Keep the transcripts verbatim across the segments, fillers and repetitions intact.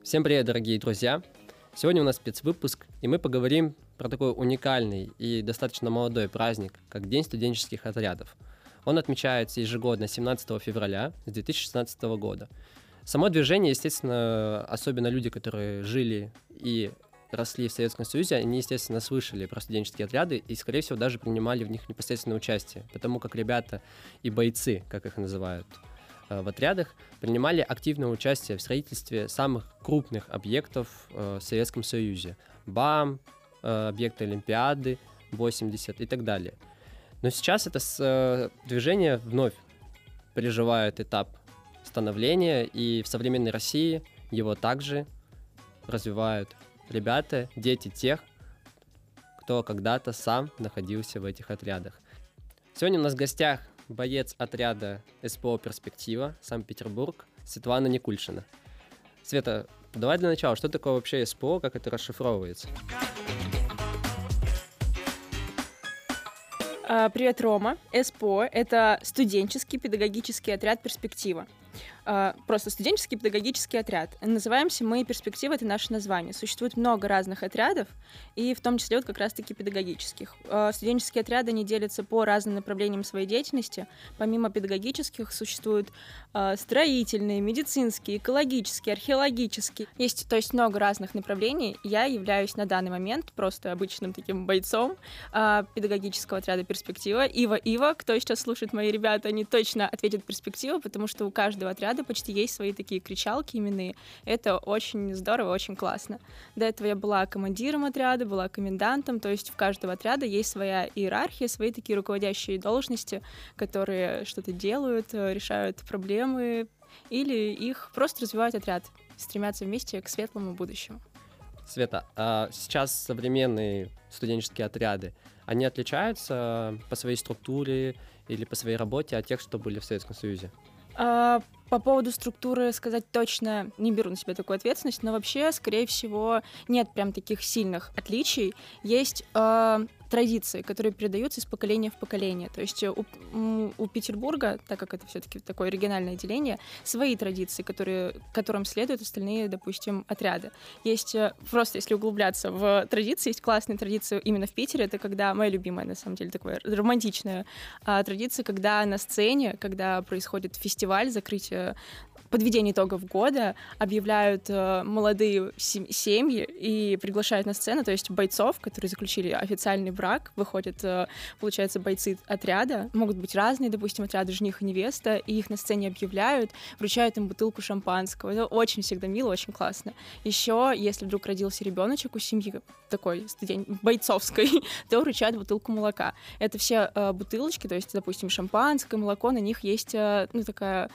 Всем привет, дорогие друзья! Сегодня у нас спецвыпуск, и мы поговорим про такой уникальный и достаточно молодой праздник, как День студенческих отрядов. Он отмечается ежегодно семнадцатого февраля с две тысячи шестнадцатого года. Само движение, естественно, особенно люди, которые жили и росли в Советском Союзе, они, естественно, слышали про студенческие отряды и, скорее всего, даже принимали в них непосредственное участие, потому как ребята и бойцы, как их называют в отрядах, принимали активное участие в строительстве самых крупных объектов в Советском Союзе. БАМ, объекты Олимпиады, восемьдесят и так далее. Но сейчас это движение вновь переживает этап становления, и в современной России его также развивают ребята, дети тех, кто когда-то сам находился в этих отрядах. Сегодня у нас в гостях боец отряда СПО «Перспектива», Санкт-Петербург, Светлана Никульшина. Света, давай для начала, что такое вообще СПО, как это расшифровывается? Привет, Рома. СПО — это студенческий педагогический отряд «Перспектива». Просто студенческий педагогический отряд. Называемся мы «Перспектива», это наше название. Существует много разных отрядов, и в том числе вот как раз-таки педагогических. Студенческие отряды, они делятся по разным направлениям своей деятельности. Помимо педагогических существуют строительные, медицинские, экологические, археологические. Есть, то есть, много разных направлений. Я являюсь на данный момент просто обычным таким бойцом педагогического отряда «Перспектива». Ива-Ива, кто сейчас слушает мои ребята, они точно ответят «Перспектива», потому что у каждого отряда почти есть свои такие кричалки именные. Это очень здорово, очень классно. До этого я была командиром отряда, была комендантом, то есть в каждого отряда есть своя иерархия, свои такие руководящие должности, которые что-то делают, решают проблемы или их просто развивают отряд, стремятся вместе к светлому будущему. Света, а сейчас современные студенческие отряды, они отличаются по своей структуре или по своей работе от тех, что были в Советском Союзе? По поводу структуры сказать точно не беру на себя такую ответственность, но вообще, скорее всего, нет прям таких сильных отличий. Есть э, традиции, которые передаются из поколения в поколение. То есть у, у Петербурга, так как это все-таки такое региональное деление, свои традиции, которые, которым следуют остальные, допустим, отряды. Есть просто, если углубляться в традиции, есть классные традиции именно в Питере. Это когда, моя любимая, на самом деле, такая романтичная а, традиция, когда на сцене, когда происходит фестиваль, закрытие подведение итогов года, объявляют э, молодые семьи и приглашают на сцену, то есть бойцов, которые заключили официальный брак, выходят, э, получается, бойцы отряда, могут быть разные, допустим, отряды жених и невеста, и их на сцене объявляют, вручают им бутылку шампанского. Это очень всегда мило, очень классно. Еще, если вдруг родился ребеночек у семьи такой студент, бойцовской, то вручают бутылку молока. Это все э, бутылочки, то есть, допустим, шампанское, молоко, на них есть, э, ну, такая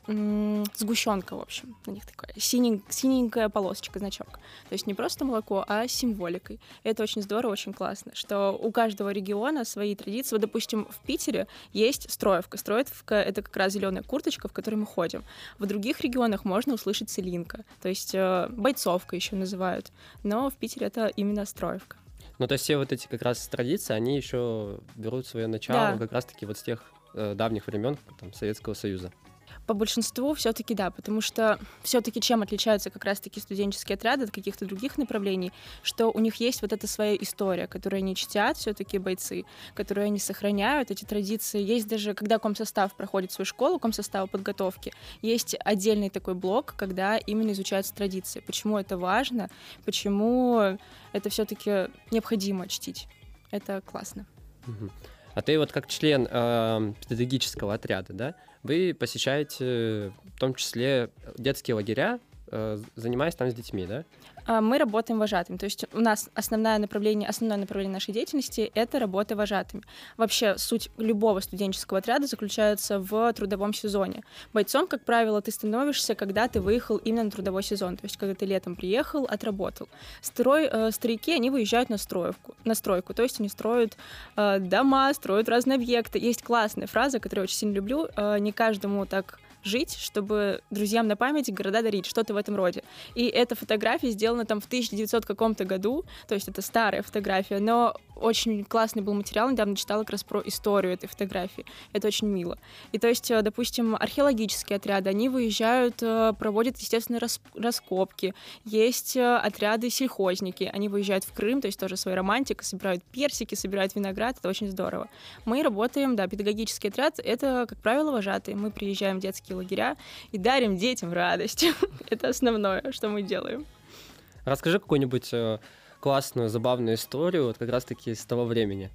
сгущенка, в общем, на них такая синень, синенькая полосочка, значок. То есть не просто молоко, а с символикой. Это очень здорово, очень классно, что у каждого региона свои традиции. Вот, допустим, в Питере есть строевка. Строевка — это как раз зеленая курточка, в которой мы ходим. В других регионах можно услышать целинка, то есть бойцовка еще называют, но в Питере это именно строевка. Ну, то есть все вот эти как раз традиции, они еще берут свое начало, да, как раз-таки вот с тех э, давних времен там, Советского Союза. По большинству все-таки да, потому что все-таки чем отличаются как раз-таки студенческие отряды от каких-то других направлений, что у них есть вот эта своя история, которую они чтят, все-таки бойцы, которую они сохраняют, эти традиции. Есть даже, когда комсостав проходит свою школу, комсостава подготовки, есть отдельный такой блок, когда именно изучаются традиции. Почему это важно, почему это все-таки необходимо чтить. Это классно. Угу. А ты вот как член э, педагогического отряда, да, вы посещаете в том числе детские лагеря, э, занимаясь там с детьми, да? Мы работаем вожатыми, то есть у нас основное направление, основное направление нашей деятельности — это работа вожатыми. Вообще суть любого студенческого отряда заключается в трудовом сезоне. Бойцом, как правило, ты становишься, когда ты выехал именно на трудовой сезон, то есть когда ты летом приехал, отработал. Строй, э, старики, они выезжают на стройку, на стройку, то есть они строят э, дома, строят разные объекты. Есть классная фраза, которую я очень сильно люблю, э, не каждому так жить, чтобы друзьям на память города дарить, что-то в этом роде. И эта фотография сделана там в тысяча девятисотом каком-то году, то есть это старая фотография, но очень классный был материал, недавно читала как раз про историю этой фотографии. Это очень мило. И то есть, допустим, археологические отряды, они выезжают, проводят, естественно, рас- раскопки. Есть отряды сельхозники, они выезжают в Крым, то есть тоже своя романтика, собирают персики, собирают виноград, это очень здорово. Мы работаем, да, педагогический отряд, это, как правило, вожатые. Мы приезжаем в детские лагеря и дарим детям радость. Это основное, что мы делаем. Расскажи какую-нибудь э, классную, забавную историю вот как раз-таки с того времени.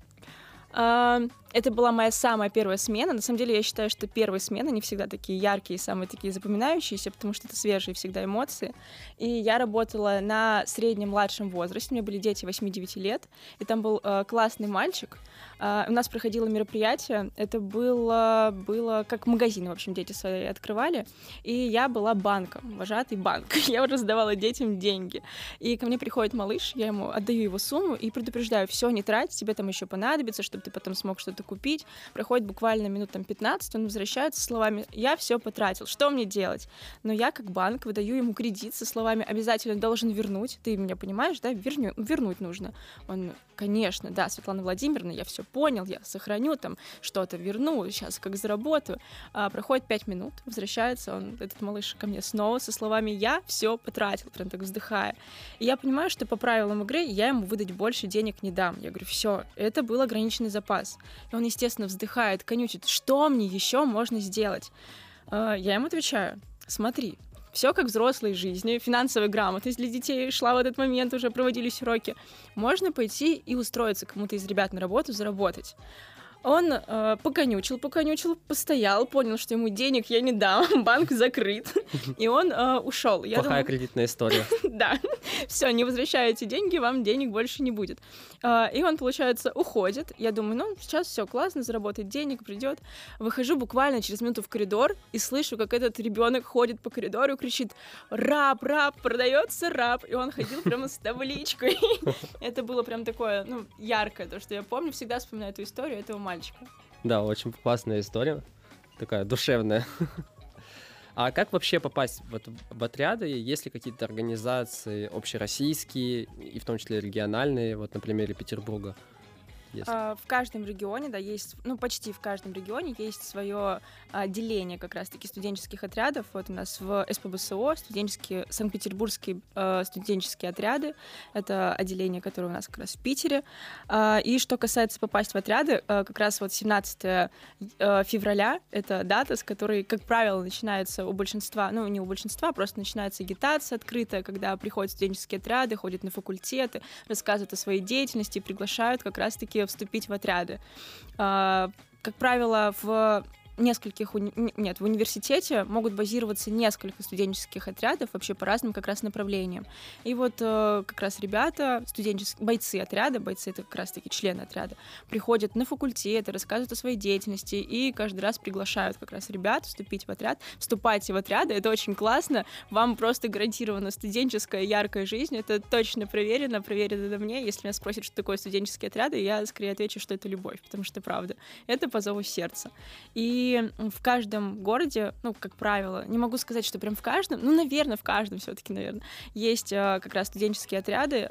Uh, это была моя самая первая смена. На самом деле, я считаю, что первые смены не всегда такие яркие, самые такие запоминающиеся, потому что это свежие всегда эмоции. И я работала на среднем-младшем возрасте. У меня были дети восемь-девять лет, и там был uh, классный мальчик. Uh, у нас проходило мероприятие. Это было, было как магазин, в общем, дети свои открывали. И я была банком, вожатый банк. Я раздавала детям деньги. И ко мне приходит малыш, я ему отдаю его сумму и предупреждаю: все, не трать, тебе там еще понадобится, чтобы ты потом смог что-то купить. Проходит буквально минут там пятнадцать, он возвращается со словами: я все потратил, что мне делать? Но я как банк выдаю ему кредит со словами: обязательно должен вернуть, ты меня понимаешь, да, Верню, вернуть нужно. Он: конечно, да, Светлана Владимировна, я все понял, я сохраню там, что-то верну, сейчас как заработаю. А, проходит пять минут, возвращается он, этот малыш, ко мне снова со словами: я все потратил, прям так вздыхая. И я понимаю, что по правилам игры я ему выдать больше денег не дам. Я говорю: все, это был ограниченный запас. И он, естественно, вздыхает, конючит: что мне еще можно сделать? А, я ему отвечаю: смотри, все как взрослой жизни, финансовая грамотность для детей шла в этот момент, уже проводились уроки. Можно пойти и устроиться кому-то из ребят на работу, заработать. Он э, поконючил, поконючил, постоял, понял, что ему денег я не дам, банк закрыт, и он э, ушел. Плохая думаю... кредитная история. Да, все, не возвращаете деньги, вам денег больше не будет. Э, и он, получается, уходит. Я думаю, ну, сейчас все классно, заработает денег, придет. Выхожу буквально через минуту в коридор и слышу, как этот ребенок ходит по коридору и кричит: раб, раб, продается раб. И он ходил прямо с табличкой. Это было прям такое, ну, яркое, то, что я помню, всегда вспоминаю эту историю этого мальчика. Да, очень классная история, такая душевная. А как вообще попасть вот в отряды? Есть ли какие-то организации общероссийские, и в том числе региональные, вот на примере Петербурга? Есть. В каждом регионе, да, есть, ну, почти в каждом регионе есть свое отделение как раз-таки студенческих отрядов. Вот у нас в СПбСО студенческие, Санкт-Петербургские э, студенческие отряды. Это отделение, которое у нас как раз в Питере. Э, и что касается попасть в отряды, э, как раз вот семнадцатого февраля — это дата, с которой, как правило, начинается у большинства, ну, не у большинства, просто начинается агитация открытая, когда приходят студенческие отряды, ходят на факультеты, рассказывают о своей деятельности, приглашают как раз-таки вступить в отряды. Как правило, в нескольких, уни... нет, в университете могут базироваться несколько студенческих отрядов вообще по разным как раз направлениям. И вот э, как раз ребята, студенческие, бойцы отряда, бойцы — это как раз-таки члены отряда, приходят на факультеты, рассказывают о своей деятельности и каждый раз приглашают как раз ребят вступить в отряд. Вступайте в отряды, это очень классно, вам просто гарантирована студенческая яркая жизнь, это точно проверено, проверено на мне. Если меня спросят, что такое студенческие отряды, я скорее отвечу, что это любовь, потому что правда, это по зову сердца. И И в каждом городе, ну, как правило, не могу сказать, что прям в каждом, ну, наверное, в каждом все-таки, наверное, есть как раз студенческие отряды,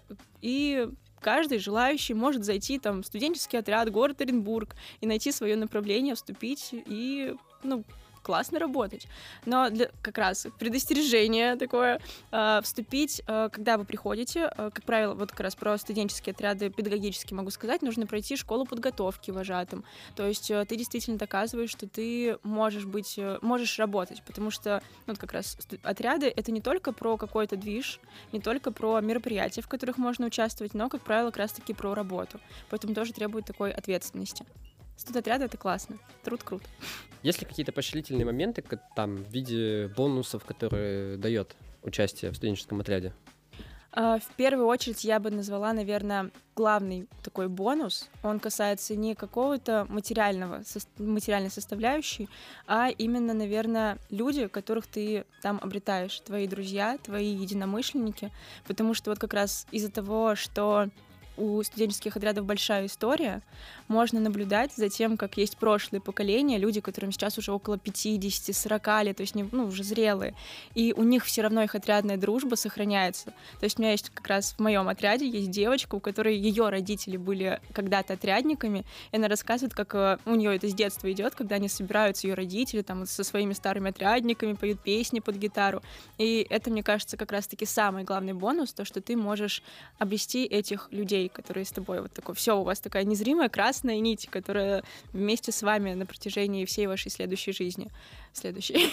и каждый желающий может зайти там в студенческий отряд, город Оренбург, и найти свое направление, вступить и, ну, классно работать. Но для, как раз предостережение такое, э, вступить, э, когда вы приходите, э, как правило, вот как раз про студенческие отряды педагогические могу сказать, нужно пройти школу подготовки вожатым. То есть э, ты действительно доказываешь, что ты можешь быть, э, можешь работать, потому что, ну, вот как раз отряды — это не только про какой-то движ, не только про мероприятия, в которых можно участвовать, но, как правило, как раз-таки про работу. Поэтому тоже требует такой ответственности. Студотряды — это классно, труд крут. Есть ли какие-то поощрительные моменты, как, там, в виде бонусов, которые дает участие в студенческом отряде? Uh, в первую очередь я бы назвала, наверное, главный такой бонус. Он касается не какого-то материального, со- материальной составляющей, а именно, наверное, люди, которых ты там обретаешь, твои друзья, твои единомышленники, потому что вот как раз из-за того, что у студенческих отрядов большая история. Можно наблюдать за тем, как есть прошлые поколения, люди, которым сейчас уже около пятьдесят-сорок лет, то есть не, ну, уже зрелые, и у них все равно их отрядная дружба сохраняется. То есть у меня есть как раз в моем отряде есть девочка, у которой ее родители были когда-то отрядниками, и она рассказывает, как э, у нее это с детства идет, когда они собираются, ее родители там со своими старыми отрядниками поют песни под гитару. И это, мне кажется, как раз-таки самый главный бонус, то, что ты можешь обрести этих людей, которые с тобой вот такое, все, у вас такая незримая красная нить, которая вместе с вами на протяжении всей вашей следующей жизни. Следующей.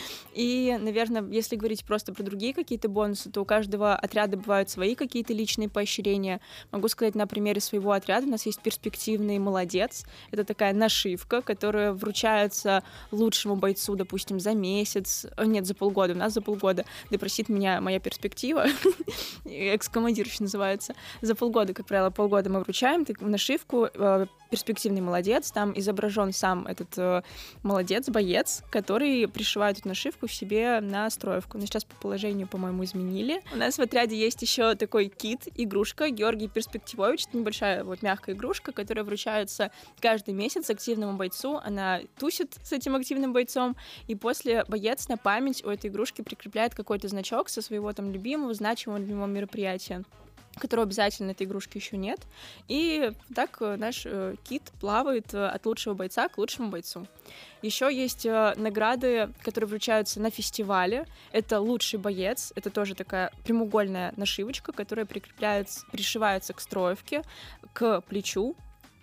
И, наверное, если говорить просто про другие какие-то бонусы, то у каждого отряда бывают свои какие-то личные поощрения. Могу сказать, на примере своего отряда у нас есть перспективный молодец. Это такая нашивка, которая вручается лучшему бойцу, допустим, за месяц, нет, за полгода, у нас за полгода, да просит меня моя перспектива, экс-командир еще называется, за полгода, как правило, полгода мы вручаем такую нашивку, перспективный молодец, там изображен сам этот э, молодец, боец, который пришивает эту нашивку себе на строевку. Но сейчас по положению, по-моему, изменили. У нас в отряде есть еще такой кит, игрушка Георгий Перспективович. Это небольшая вот мягкая игрушка, которая вручается каждый месяц активному бойцу. Она тусит с этим активным бойцом, и после боец на память у этой игрушки прикрепляет какой-то значок со своего там любимого, значимого, любимого мероприятия, которого обязательно этой игрушки еще нет. И так наш э, кит плавает э, от лучшего бойца к лучшему бойцу. Еще есть э, награды, которые вручаются на фестивале. Это лучший боец. Это тоже такая прямоугольная нашивочка, которая прикрепляется, пришивается к строевке, к плечу.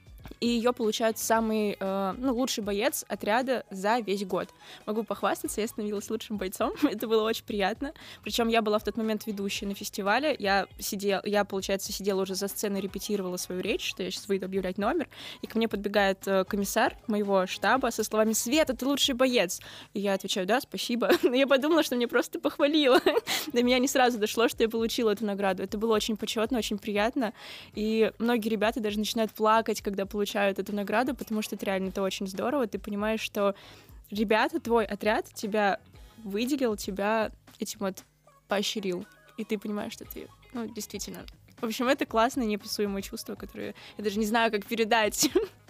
И ее получает самый э, ну, лучший боец отряда за весь год. Могу похвастаться, я становилась лучшим бойцом. Это было очень приятно. Причем я была в тот момент ведущей на фестивале. Я, сидел, я, получается, сидела уже за сценой, репетировала свою речь, что я сейчас выйду объявлять номер. И ко мне подбегает э, комиссар моего штаба со словами: «Света, ты лучший боец!» И я отвечаю: «Да, спасибо». Но я подумала, что мне просто похвалила. До меня не сразу дошло, что я получила эту награду. Это было очень почетно, очень приятно. И многие ребята даже начинают плакать, когда получают эту награду, потому что это реально это очень здорово. Ты понимаешь, что ребята, твой отряд тебя выделил, тебя этим вот поощрил. И ты понимаешь, что ты, ну, действительно... В общем, это классное, неописуемое чувство, которое я даже не знаю, как передать.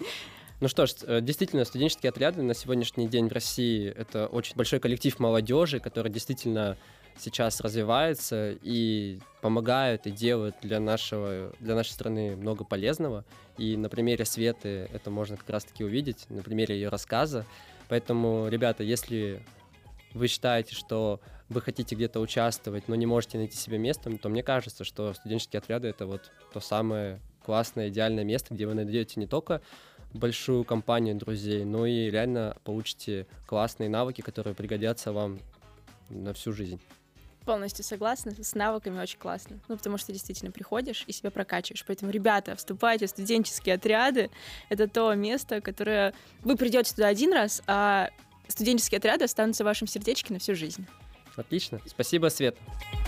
Ну что ж, действительно, студенческие отряды на сегодняшний день в России — это очень большой коллектив молодежи, который действительно сейчас развивается и помогают и делают для, нашего, для нашей страны много полезного. И на примере Светы это можно как раз-таки увидеть, на примере ее рассказа. Поэтому, ребята, если вы считаете, что вы хотите где-то участвовать, но не можете найти себе место, то мне кажется, что студенческие отряды — это вот то самое классное, идеальное место, где вы найдете не только большую компанию друзей, но и реально получите классные навыки, которые пригодятся вам на всю жизнь. Полностью согласна, с навыками очень классно. Ну, потому что действительно приходишь и себя прокачиваешь. Поэтому, ребята, вступайте в студенческие отряды. Это то место, которое... Вы придете туда один раз, а студенческие отряды останутся в вашем сердечке на всю жизнь. Отлично. Спасибо, Свет.